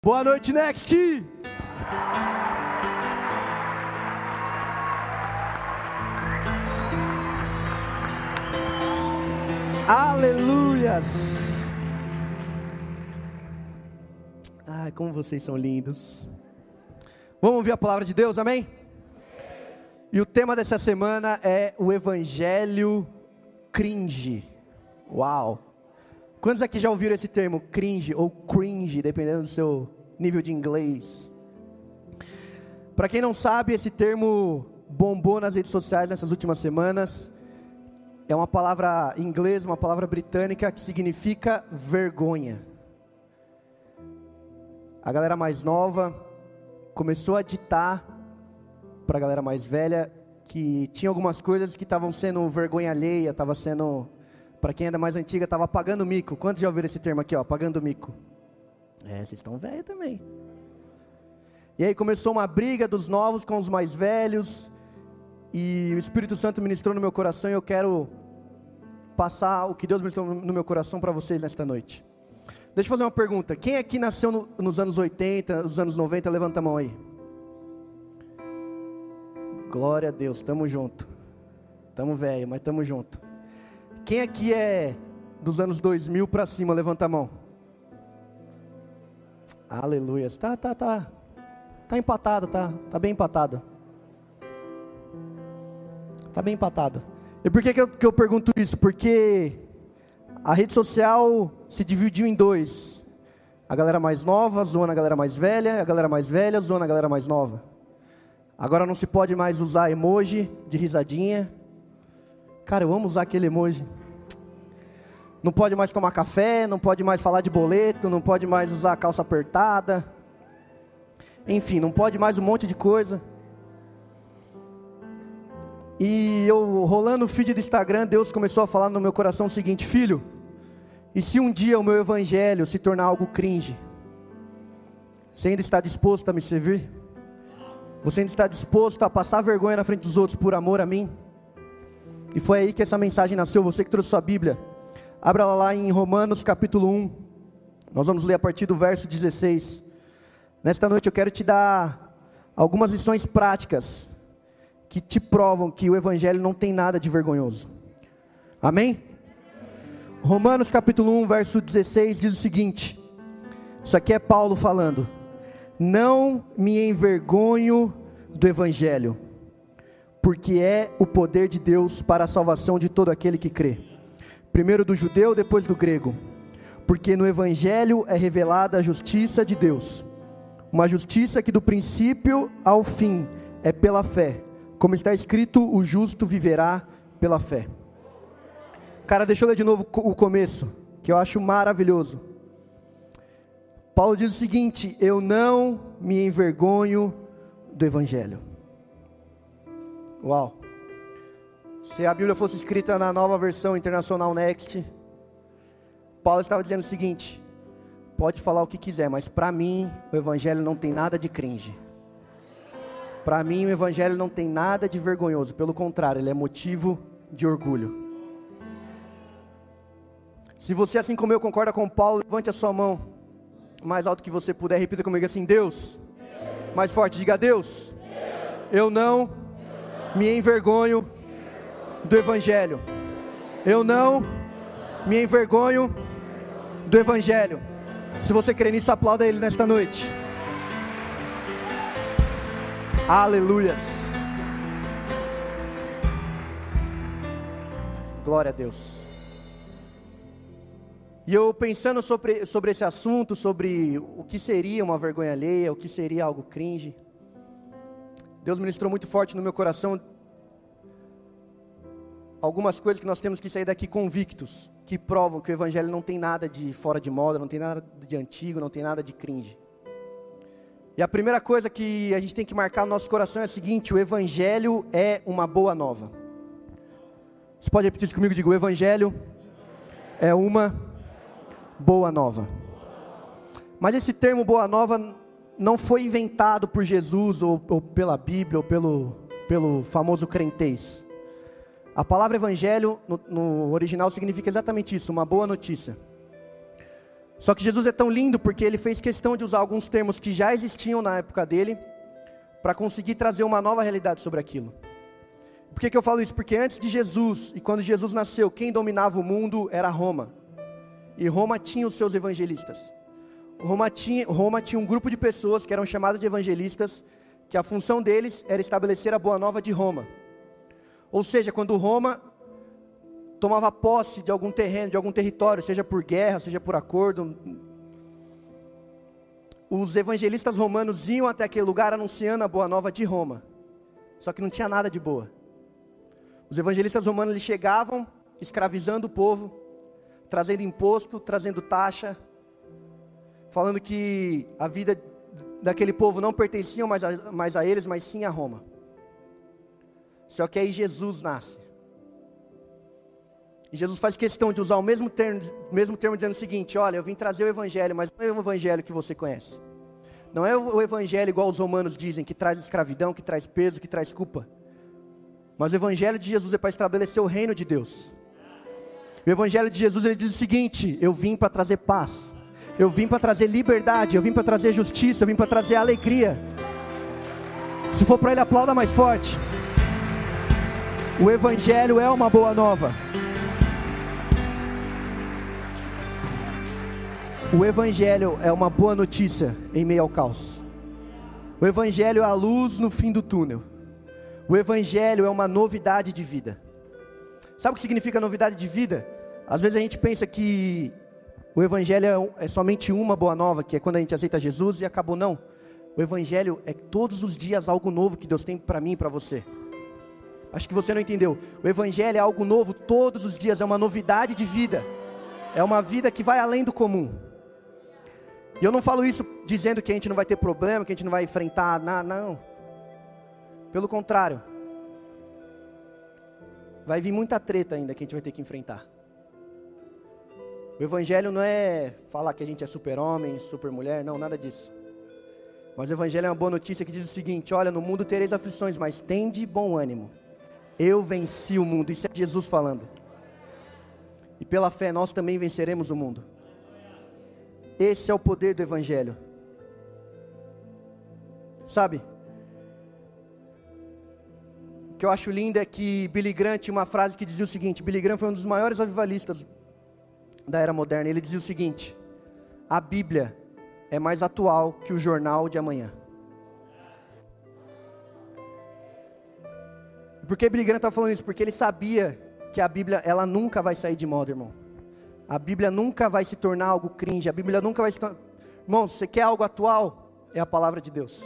Boa noite, Next! Aleluias! Ai, como vocês são lindos. Vamos ouvir a palavra de Deus, amém? E o tema dessa semana é o Evangelho cringe. Uau! Quantos aqui já ouviram esse termo, cringe ou cringe, dependendo do seu nível de inglês? Para quem não sabe, esse termo bombou nas redes sociais nessas últimas semanas. É uma palavra inglesa, uma palavra britânica que significa vergonha. A galera mais nova começou a ditar para a galera mais velha que tinha algumas coisas que estavam sendo vergonha alheia, estava sendo... Para quem é da mais antiga, estava pagando mico. Quantos já ouviram esse termo aqui, ó, pagando mico? Vocês estão velhos também. E aí começou uma briga dos novos com os mais velhos. E o Espírito Santo ministrou no meu coração. E eu quero passar o que Deus ministrou no meu coração para vocês nesta noite. Deixa eu fazer uma pergunta. Quem aqui nasceu nos anos 80, nos anos 90? Levanta a mão aí. Glória a Deus, tamo junto. Tamo velho, mas tamo junto. Quem aqui é dos anos 2000 para cima? Levanta a mão. Aleluia. Tá empatado, tá bem empatado. Tá bem empatado. E por que eu pergunto isso? Porque a rede social se dividiu em dois. A galera mais nova zoando a galera mais velha, a galera mais velha zoando a galera mais nova. Agora não se pode mais usar emoji de risadinha. Cara, eu amo usar aquele emoji. Não pode mais tomar café, não pode mais falar de boleto, não pode mais usar calça apertada. Enfim, não pode mais um monte de coisa. E eu rolando o feed do Instagram, Deus começou a falar no meu coração o seguinte: filho, e se um dia o meu evangelho se tornar algo cringe? Você ainda está disposto a me servir? Você ainda está disposto a passar vergonha na frente dos outros por amor a mim? E foi aí que essa mensagem nasceu. Você que trouxe sua Bíblia, abra lá em Romanos capítulo 1. Nós vamos ler a partir do verso 16. Nesta noite eu quero te dar algumas lições práticas que te provam que o Evangelho não tem nada de vergonhoso. Amém? Romanos capítulo 1, verso 16 diz o seguinte. Isso aqui é Paulo falando. Não me envergonho do Evangelho, porque é o poder de Deus para a salvação de todo aquele que crê. Primeiro do judeu, depois do grego. Porque no Evangelho é revelada a justiça de Deus. Uma justiça que do princípio ao fim é pela fé. Como está escrito, o justo viverá pela fé. Cara, deixa eu ler de novo o começo, que eu acho maravilhoso. Paulo diz o seguinte: eu não me envergonho do Evangelho. Uau! Se a Bíblia fosse escrita na nova versão internacional Next, Paulo estava dizendo o seguinte: pode falar o que quiser, mas para mim o Evangelho não tem nada de cringe. Para mim o Evangelho não tem nada de vergonhoso, pelo contrário, ele é motivo de orgulho. Se você, assim como eu, concorda com Paulo, levante a sua mão o mais alto que você puder, repita comigo assim: Deus. Mais forte, diga: Deus. Eu não me envergonho do Evangelho. Eu não me envergonho do Evangelho. Se você crê nisso, aplauda Ele nesta noite. Aleluias. Glória a Deus. E eu pensando sobre esse assunto, sobre o que seria uma vergonha alheia, o que seria algo cringe, Deus ministrou muito forte no meu coração algumas coisas que nós temos que sair daqui convictos, que provam que o Evangelho não tem nada de fora de moda, não tem nada de antigo, não tem nada de cringe. E a primeira coisa que a gente tem que marcar no nosso coração é a seguinte: o Evangelho é uma boa nova. Você pode repetir isso comigo? Diga: o Evangelho é uma boa nova. Mas esse termo boa nova não foi inventado por Jesus ou pela Bíblia ou pelo famoso crentez. A palavra evangelho no original significa exatamente isso, uma boa notícia. Só que Jesus é tão lindo porque ele fez questão de usar alguns termos que já existiam na época dele, para conseguir trazer uma nova realidade sobre aquilo. Por que eu falo isso? Porque antes de Jesus, e quando Jesus nasceu, quem dominava o mundo era Roma. E Roma tinha os seus evangelistas. Roma tinha um grupo de pessoas que eram chamadas de evangelistas, que a função deles era estabelecer a boa nova de Roma. Ou seja, quando Roma tomava posse de algum terreno, de algum território, seja por guerra, seja por acordo, os evangelistas romanos iam até aquele lugar anunciando a boa nova de Roma. Só que não tinha nada de boa. Os evangelistas romanos eles chegavam escravizando o povo, trazendo imposto, trazendo taxa, falando que a vida daquele povo não pertencia mais a eles, mas sim a Roma. Só que aí Jesus nasce. E Jesus faz questão de usar o mesmo termo dizendo o seguinte: olha, eu vim trazer o evangelho, mas não é o evangelho que você conhece. Não é o evangelho igual os romanos dizem, que traz escravidão, que traz peso, que traz culpa. Mas o evangelho de Jesus é para estabelecer o reino de Deus. O evangelho de Jesus ele diz o seguinte: eu vim para trazer paz, eu vim para trazer liberdade, eu vim para trazer justiça, eu vim para trazer alegria. Se for para ele, aplauda mais forte. O evangelho é uma boa nova. O evangelho é uma boa notícia em meio ao caos. O evangelho é a luz no fim do túnel. O evangelho é uma novidade de vida. Sabe o que significa novidade de vida? Às vezes a gente pensa que o evangelho é somente uma boa nova, que é quando a gente aceita Jesus e acabou. Não. O evangelho é todos os dias algo novo que Deus tem para mim e para você. Acho que você não entendeu. O evangelho é algo novo todos os dias, é uma novidade de vida. É uma vida que vai além do comum. E eu não falo isso dizendo que a gente não vai ter problema, que a gente não vai enfrentar nada, não. Pelo contrário. Vai vir muita treta ainda que a gente vai ter que enfrentar. O evangelho não é falar que a gente é super-homem, super-mulher, não, nada disso. Mas o evangelho é uma boa notícia que diz o seguinte: olha, no mundo tereis aflições, mas tende bom ânimo. Eu venci o mundo, isso é Jesus falando. E pela fé nós também venceremos o mundo. Esse é o poder do evangelho. Sabe? O que eu acho lindo é que Billy Graham tinha uma frase que dizia o seguinte. Billy Graham foi um dos maiores avivalistas da era moderna. Ele dizia o seguinte: a Bíblia é mais atual que o jornal de amanhã. Por que Billy Graham está falando isso? Porque ele sabia que a Bíblia ela nunca vai sair de moda, irmão. A Bíblia nunca vai se tornar algo cringe. A Bíblia nunca vai se tornar... Irmão, se você quer algo atual, é a palavra de Deus.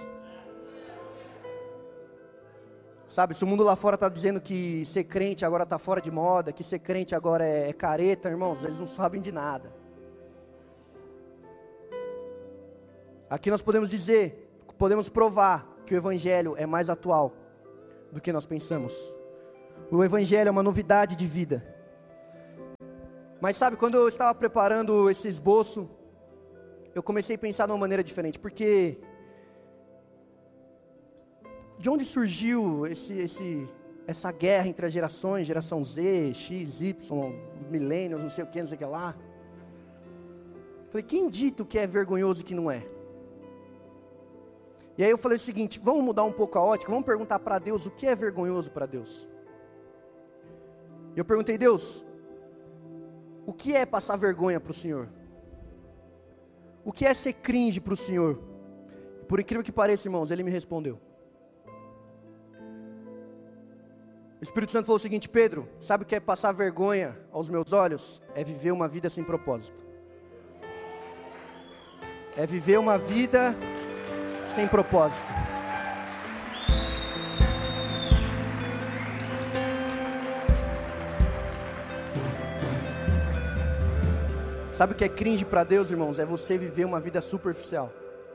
Sabe, se o mundo lá fora está dizendo que ser crente agora está fora de moda, que ser crente agora é careta, irmãos, eles não sabem de nada. Aqui nós podemos dizer, podemos provar que o Evangelho é mais atual do que nós pensamos. O Evangelho é uma novidade de vida. Mas sabe, quando eu estava preparando esse esboço, eu comecei a pensar de uma maneira diferente, porque de onde surgiu essa guerra entre as gerações, geração Z, X, Y, millennials, não sei o que lá. Falei, quem dita o que é vergonhoso e que não é? E aí eu falei o seguinte, vamos mudar um pouco a ótica, vamos perguntar para Deus o que é vergonhoso para Deus. E eu perguntei, Deus, o que é passar vergonha para o Senhor? O que é ser cringe para o Senhor? Por incrível que pareça, irmãos, Ele me respondeu. O Espírito Santo falou o seguinte: Pedro, sabe o que é passar vergonha aos meus olhos? É viver uma vida sem propósito. É viver uma vida sem propósito. Sabe o que é cringe para Deus, irmãos? É você viver uma vida superficial.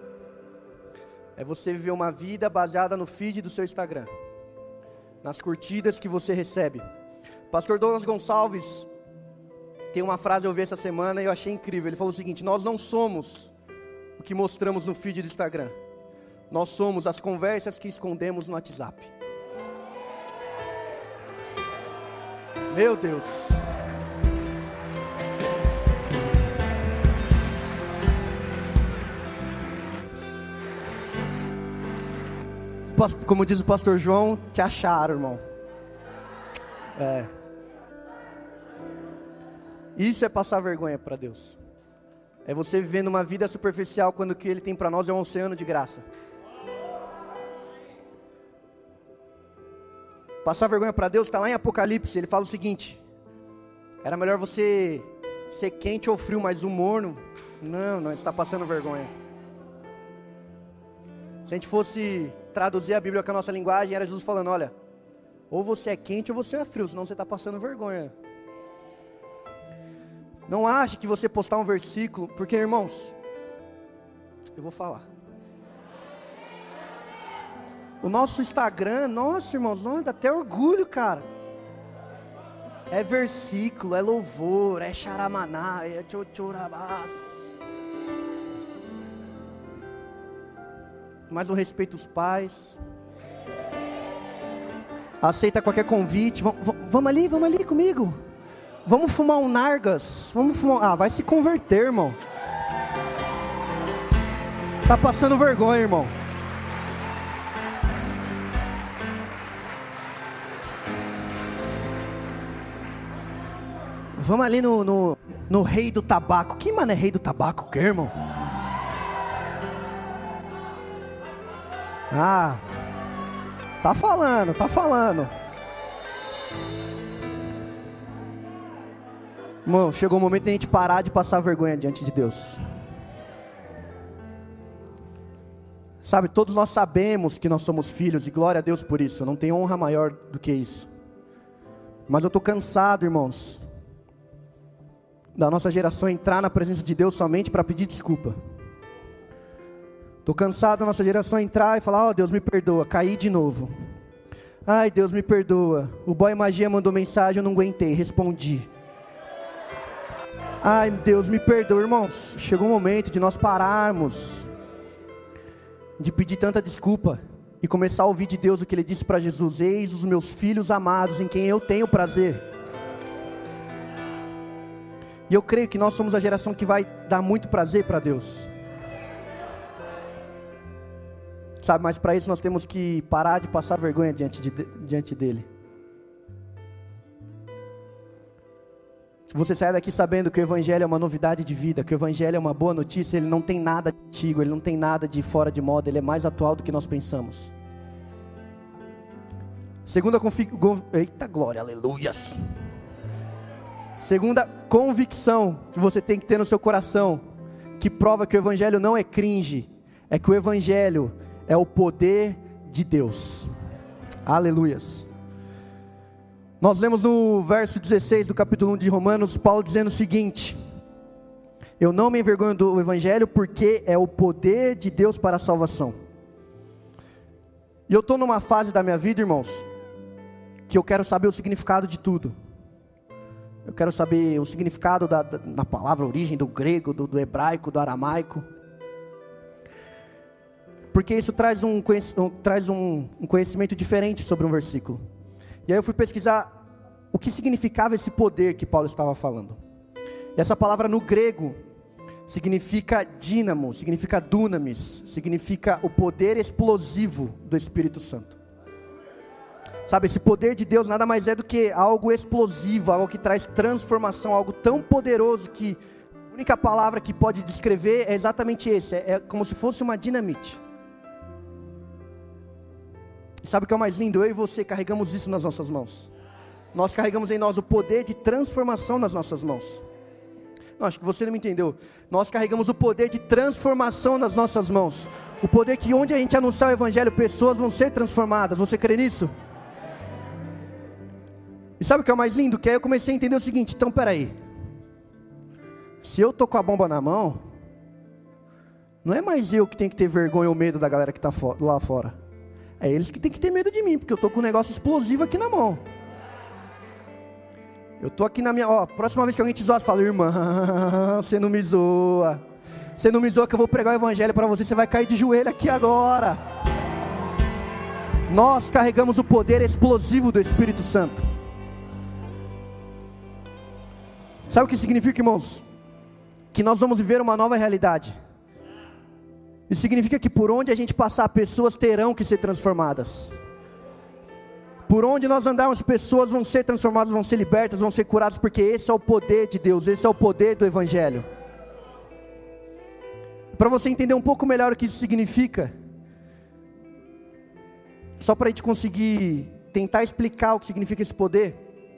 É você viver uma vida baseada no feed do seu Instagram, nas curtidas que você recebe. Pastor Douglas Gonçalves tem uma frase que eu vi essa semana e eu achei incrível. Ele falou o seguinte: nós não somos o que mostramos no feed do Instagram. Nós somos as conversas que escondemos no WhatsApp. Meu Deus. como diz o pastor João, te acharam, irmão. Isso é passar vergonha para Deus. É você vivendo uma vida superficial quando o que Ele tem para nós é um oceano de graça. Passar vergonha para Deus está lá em Apocalipse. Ele fala o seguinte: era melhor você ser quente ou frio, mas o morno, não está passando vergonha. Se a gente fosse traduzir a Bíblia com a nossa linguagem, era Jesus falando: olha, ou você é quente ou você é frio, senão você está passando vergonha. Não ache que você postar um versículo, porque, irmãos, eu vou falar. O nosso Instagram, nossa, irmãos, dá até orgulho, cara. É versículo, é louvor, é charamaná, é tchotchorabás. Mas não respeita os pais. Aceita qualquer convite. Vamos ali comigo. Vamos fumar um nargas. Vamos fumar. Vai se converter, irmão. Tá passando vergonha, irmão. Vamos ali no rei do tabaco. Que mano é rei do tabaco, que, irmão? Tá falando. Irmão, chegou o momento de a gente parar de passar vergonha diante de Deus. Sabe, todos nós sabemos que nós somos filhos, e glória a Deus por isso. Não tem honra maior do que isso. Mas eu estou cansado, irmãos, da nossa geração entrar na presença de Deus somente para pedir desculpa. Estou cansado da nossa geração entrar e falar: Deus me perdoa, caí de novo. Ai, Deus me perdoa, o boy magia mandou mensagem, eu não aguentei, respondi. Ai, Deus me perdoa, irmãos. Chegou o momento de nós pararmos de pedir tanta desculpa e começar a ouvir de Deus o que Ele disse para Jesus: eis os meus filhos amados, em quem eu tenho prazer. E eu creio que nós somos a geração que vai dar muito prazer para Deus. Sabe, mas para isso nós temos que parar de passar vergonha diante dEle. Se você sair daqui sabendo que o Evangelho é uma novidade de vida, que o Evangelho é uma boa notícia, ele não tem nada de antigo, ele não tem nada de fora de moda, ele é mais atual do que nós pensamos. Eita glória, aleluias. Segunda convicção que você tem que ter no seu coração, que prova que o Evangelho não é cringe, é que o Evangelho é o poder de Deus. Aleluias. Nós lemos no verso 16 do capítulo 1 de Romanos, Paulo dizendo o seguinte: eu não me envergonho do Evangelho, porque é o poder de Deus para a salvação. E eu estou numa fase da minha vida, irmãos, que eu quero saber o significado de tudo. Eu quero saber o significado da palavra, a origem do grego, do hebraico, do aramaico. Porque isso traz um conhecimento diferente sobre um versículo. E aí eu fui pesquisar o que significava esse poder que Paulo estava falando. E essa palavra no grego significa dínamo, significa dunamis, significa o poder explosivo do Espírito Santo. Sabe, esse poder de Deus nada mais é do que algo explosivo, algo que traz transformação, algo tão poderoso que a única palavra que pode descrever é exatamente esse, é como se fosse uma dinamite. E sabe o que é o mais lindo? Eu e você carregamos isso nas nossas mãos. Nós carregamos em nós o poder de transformação nas nossas mãos. Não, acho que você não me entendeu. Nós carregamos o poder de transformação nas nossas mãos. O poder que onde a gente anunciar o Evangelho, pessoas vão ser transformadas. Você crê nisso? E sabe o que é o mais lindo? Que aí eu comecei a entender o seguinte: então peraí, se eu tô com a bomba na mão, não é mais eu que tenho que ter vergonha ou medo da galera que está lá fora. É eles que tem que ter medo de mim, porque eu tô com um negócio explosivo aqui na mão. Eu tô aqui na minha... próxima vez que alguém te zoar, você fala: irmão, você não me zoa. Você não me zoa que eu vou pregar o Evangelho para você, você vai cair de joelho aqui agora. Nós carregamos o poder explosivo do Espírito Santo. Sabe o que significa, irmãos? Que nós vamos viver uma nova realidade. Isso significa que por onde a gente passar, pessoas terão que ser transformadas. Por onde nós andarmos, pessoas vão ser transformadas, vão ser libertas, vão ser curadas, porque esse é o poder de Deus, esse é o poder do Evangelho. Para você entender um pouco melhor o que isso significa, só para a gente conseguir tentar explicar o que significa esse poder,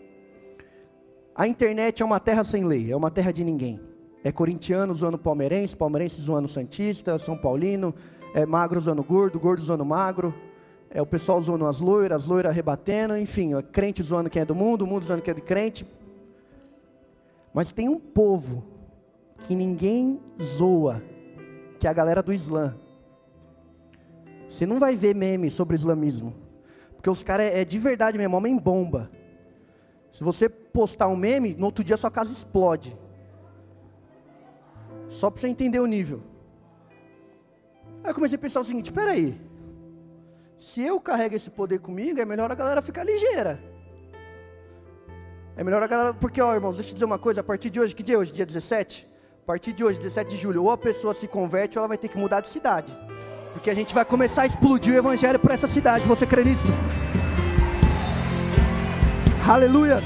a internet é uma terra sem lei, é uma terra de ninguém. É corintiano zoando palmeirense, palmeirense zoando santista, São Paulino, é magro zoando gordo, gordo zoando magro, é o pessoal zoando as loiras rebatendo, enfim, é crente zoando quem é do mundo, o mundo zoando quem é de crente. Mas tem um povo que ninguém zoa, que é a galera do Islã. Você não vai ver meme sobre islamismo, porque os caras é de verdade mesmo, homem bomba. Se você postar um meme, no outro dia sua casa explode. Só para você entender o nível. Aí eu comecei a pensar o seguinte, espera aí. Se eu carrego esse poder comigo, é melhor a galera ficar ligeira. É melhor a galera, porque ó irmãos, deixa eu dizer uma coisa, a partir de hoje, que dia é hoje? Dia 17? A partir de hoje, 17 de julho, ou a pessoa se converte ou ela vai ter que mudar de cidade. Porque a gente vai começar a explodir o evangelho para essa cidade, você crê nisso? Aleluias!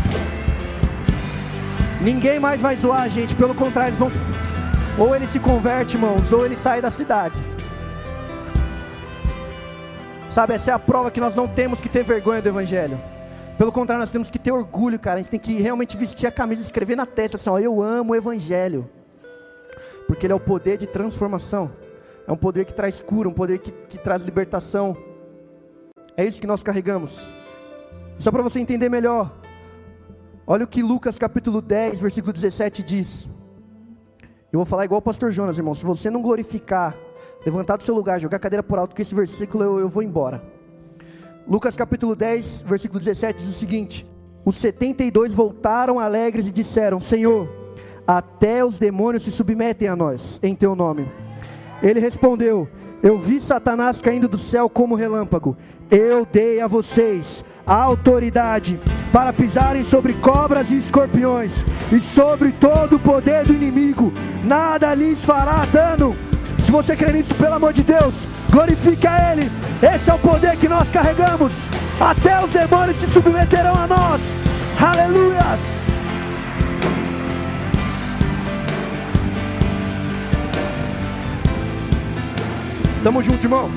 Ninguém mais vai zoar a gente, pelo contrário, eles vão... Ou ele se converte, irmãos, ou ele sai da cidade. Sabe, essa é a prova que nós não temos que ter vergonha do evangelho. Pelo contrário, nós temos que ter orgulho, cara. A gente tem que realmente vestir a camisa e escrever na testa assim, ó, eu amo o evangelho. Porque ele é o poder de transformação. É um poder que traz cura, um poder que traz libertação. É isso que nós carregamos. Só para você entender melhor, olha o que Lucas capítulo 10, versículo 17 diz. Eu vou falar igual o pastor Jonas, irmão. Se você não glorificar, levantar do seu lugar, jogar a cadeira por alto com esse versículo, eu vou embora. Lucas capítulo 10, versículo 17 diz o seguinte: os 72 voltaram alegres e disseram: Senhor, até os demônios se submetem a nós, em teu nome. Ele respondeu: eu vi Satanás caindo do céu como relâmpago. Eu dei a vocês a autoridade para pisarem sobre cobras e escorpiões, e sobre todo o poder do inimigo, nada lhes fará dano. Se você crê nisso, pelo amor de Deus, glorifique a Ele. Esse é o poder que nós carregamos. Até os demônios se submeterão a nós. Aleluias! Tamo junto, irmão.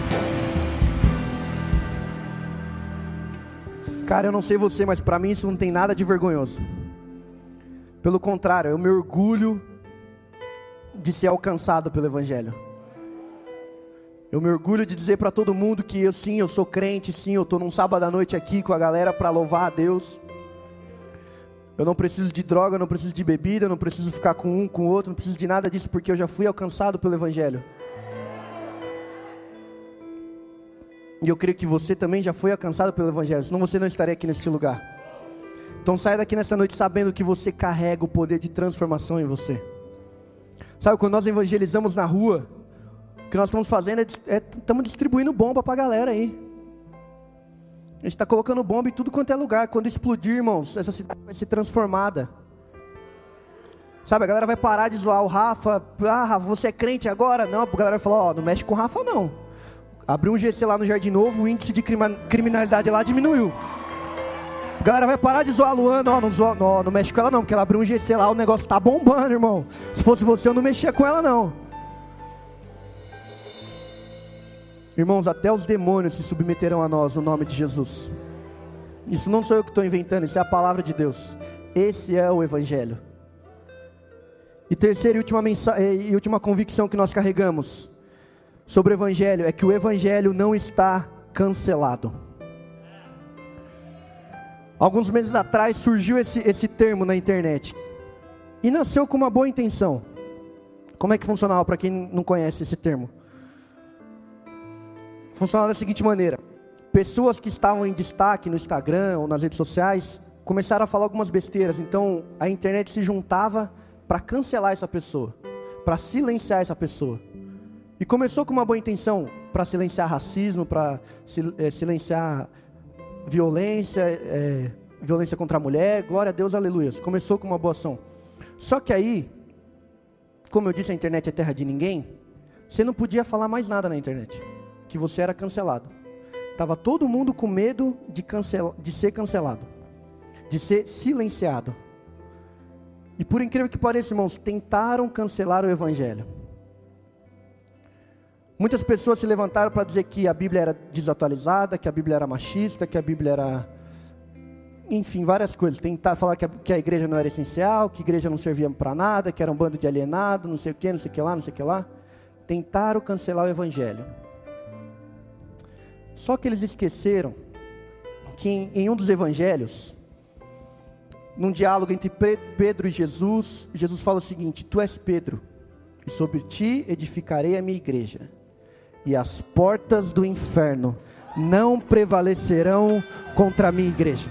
Cara, eu não sei você, mas para mim isso não tem nada de vergonhoso. Pelo contrário, eu me orgulho de ser alcançado pelo evangelho. Eu me orgulho de dizer para todo mundo que eu sou crente, sim, eu estou num sábado à noite aqui com a galera para louvar a Deus. Eu não preciso de droga, eu não preciso de bebida, eu não preciso ficar com um, com o outro, não preciso de nada disso, porque eu já fui alcançado pelo evangelho. E eu creio que você também já foi alcançado pelo evangelho, senão você não estaria aqui neste lugar. Então saia daqui nesta noite sabendo que você carrega o poder de transformação em você. Sabe, quando nós evangelizamos na rua, o que nós estamos fazendo estamos distribuindo bomba para a galera aí. A gente está colocando bomba em tudo quanto é lugar. Quando explodir, irmãos, essa cidade vai ser transformada. Sabe, a galera vai parar de zoar o Rafa. Ah, Rafa, você é crente agora? Não, a galera vai falar, ó, não mexe com o Rafa não. Abriu um GC lá no Jardim Novo, o índice de criminalidade lá diminuiu. A galera vai parar de zoar a Luana, ó, não mexe com ela não, porque ela abriu um GC lá, o negócio tá bombando, irmão. Se fosse você, eu não mexia com ela não. Irmãos, até os demônios se submeterão a nós, no nome de Jesus. Isso não sou eu que estou inventando, isso é a palavra de Deus. Esse é o evangelho. E terceira e última convicção que nós carregamos sobre o evangelho é que o evangelho não está cancelado. Alguns meses atrás surgiu esse termo na internet e nasceu com uma boa intenção. Como é que funcionava para quem não conhece esse termo? Funcionava da seguinte maneira: pessoas que estavam em destaque no Instagram ou nas redes sociais começaram a falar algumas besteiras, então a internet se juntava para cancelar essa pessoa, para silenciar essa pessoa. E começou com uma boa intenção, para silenciar racismo, para silenciar violência, violência contra a mulher, glória a Deus, aleluia. Começou com uma boa ação. Só que aí, como eu disse, a internet é terra de ninguém, você não podia falar mais nada na internet, que você era cancelado. Estava todo mundo com medo de ser cancelado, de ser silenciado. E por incrível que pareça, irmãos, tentaram cancelar o Evangelho. Muitas pessoas se levantaram para dizer que a Bíblia era desatualizada, que a Bíblia era machista, que a Bíblia era... Enfim, várias coisas. Tentaram falar que a igreja não era essencial, que a igreja não servia para nada, que era um bando de alienados, não sei o que, não sei o que lá, não sei o que lá. Tentaram cancelar o Evangelho. Só que eles esqueceram que em um dos Evangelhos, num diálogo entre Pedro e Jesus, Jesus fala o seguinte: tu és Pedro, e sobre ti edificarei a minha igreja, e as portas do inferno não prevalecerão contra a minha igreja.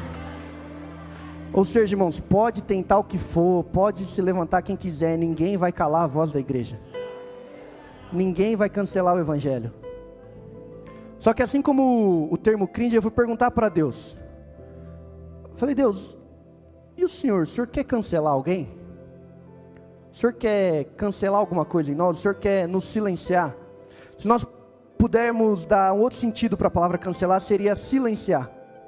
Ou seja, irmãos, pode tentar o que for, pode se levantar quem quiser, ninguém vai calar a voz da igreja. Ninguém vai cancelar o Evangelho. Só que assim como o termo cringe, eu fui perguntar para Deus. Falei: Deus, e o senhor quer cancelar alguém? O senhor quer cancelar alguma coisa em nós? O senhor quer nos silenciar? Se nós pudermos dar um outro sentido para a palavra cancelar, seria silenciar.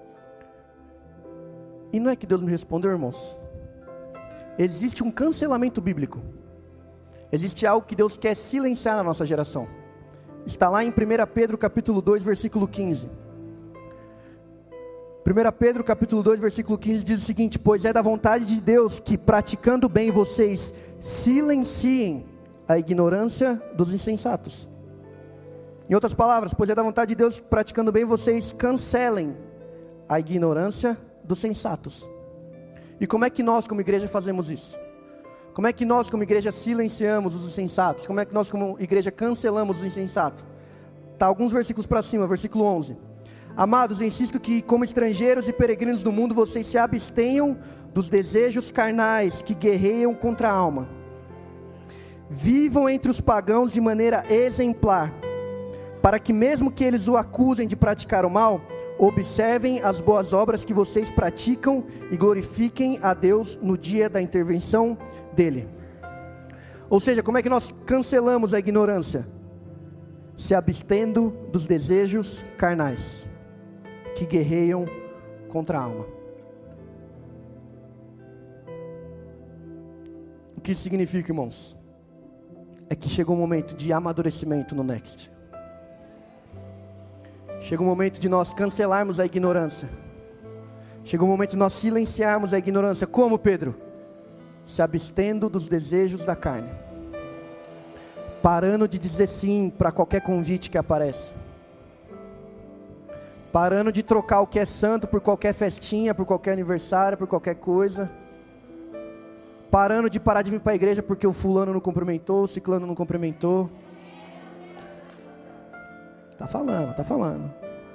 E não é que Deus me respondeu, irmãos. Existe um cancelamento bíblico. Existe algo que Deus quer silenciar na nossa geração. Está lá em 1 Pedro capítulo 2, versículo 15. 1 Pedro capítulo 2, versículo 15 diz o seguinte: pois é da vontade de Deus que, praticando bem, vocês silenciem a ignorância dos insensatos. Em outras palavras, pois é da vontade de Deus que, praticando bem, vocês cancelem a ignorância dos sensatos. E como é que nós como igreja fazemos isso? Como é que nós como igreja silenciamos os insensatos? Como é que nós como igreja cancelamos os insensatos? Está alguns versículos para cima, versículo 11. Amados, eu insisto que como estrangeiros e peregrinos do mundo, vocês se abstenham dos desejos carnais que guerreiam contra a alma. Vivam entre os pagãos de maneira exemplar, para que mesmo que eles o acusem de praticar o mal, observem as boas obras que vocês praticam e glorifiquem a Deus no dia da intervenção dele. Ou seja, como é que nós cancelamos a ignorância? Se abstendo dos desejos carnais que guerreiam contra a alma. O que isso significa, irmãos? É que chegou um momento de amadurecimento no Next. Chegou o momento de nós cancelarmos a ignorância. Chegou o momento de nós silenciarmos a ignorância. Como, Pedro? Se abstendo dos desejos da carne. Parando de dizer sim para qualquer convite que aparece. Parando de trocar o que é santo por qualquer festinha, por qualquer aniversário, por qualquer coisa. Parando de parar de vir para a igreja porque o fulano não cumprimentou, o ciclano não cumprimentou. Tá falando.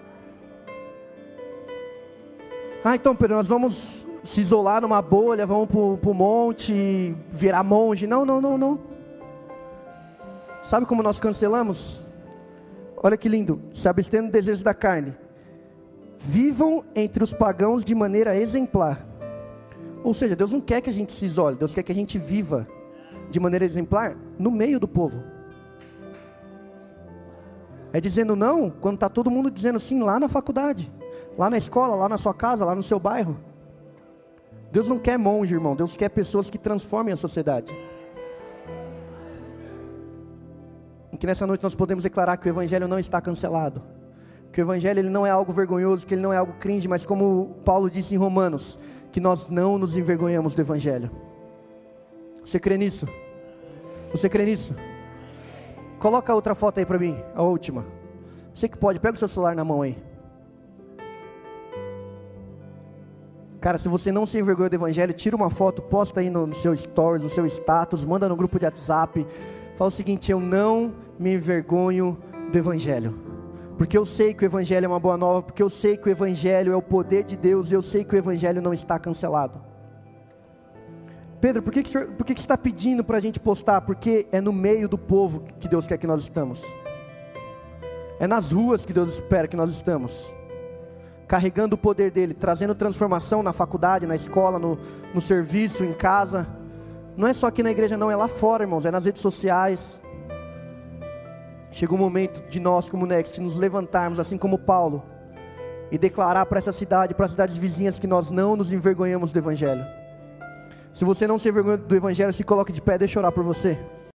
Ah, então, Pedro, nós vamos se isolar numa bolha, vamos pro monte, virar monge. Não. Sabe como nós cancelamos? Olha que lindo. Se abstendo do desejo da carne. Vivam entre os pagãos de maneira exemplar. Ou seja, Deus não quer que a gente se isole, Deus quer que a gente viva de maneira exemplar no meio do povo. É dizendo não quando está todo mundo dizendo sim lá na faculdade, lá na escola, lá na sua casa, lá no seu bairro. Deus não quer monge, irmão. Deus quer pessoas que transformem a sociedade. E que nessa noite nós podemos declarar que o Evangelho não está cancelado. Que o Evangelho ele não é algo vergonhoso, que ele não é algo cringe, mas como Paulo disse em Romanos, que nós não nos envergonhamos do Evangelho. Você crê nisso? Você crê nisso? Coloca a outra foto aí para mim, a última. Você que pode, pega o seu celular na mão aí. Cara, se você não se envergonha do Evangelho, tira uma foto, posta aí no seu stories, no seu status, manda no grupo de WhatsApp. Fala o seguinte: eu não me envergonho do Evangelho. Porque eu sei que o Evangelho é uma boa nova, porque eu sei que o Evangelho é o poder de Deus, e eu sei que o Evangelho não está cancelado. Pedro, por que você está pedindo para a gente postar? Porque é no meio do povo que Deus quer que nós estamos. É nas ruas que Deus espera que nós estamos. Carregando o poder dEle, trazendo transformação na faculdade, na escola, no serviço, em casa. Não é só aqui na igreja não, é lá fora, irmãos, é nas redes sociais. chegou o momento de nós, como Next, nos levantarmos, assim como Paulo, e declarar para essa cidade, para as cidades vizinhas, que nós não nos envergonhamos do Evangelho. Se você não se envergonha do Evangelho, se coloque de pé, deixa eu orar por você.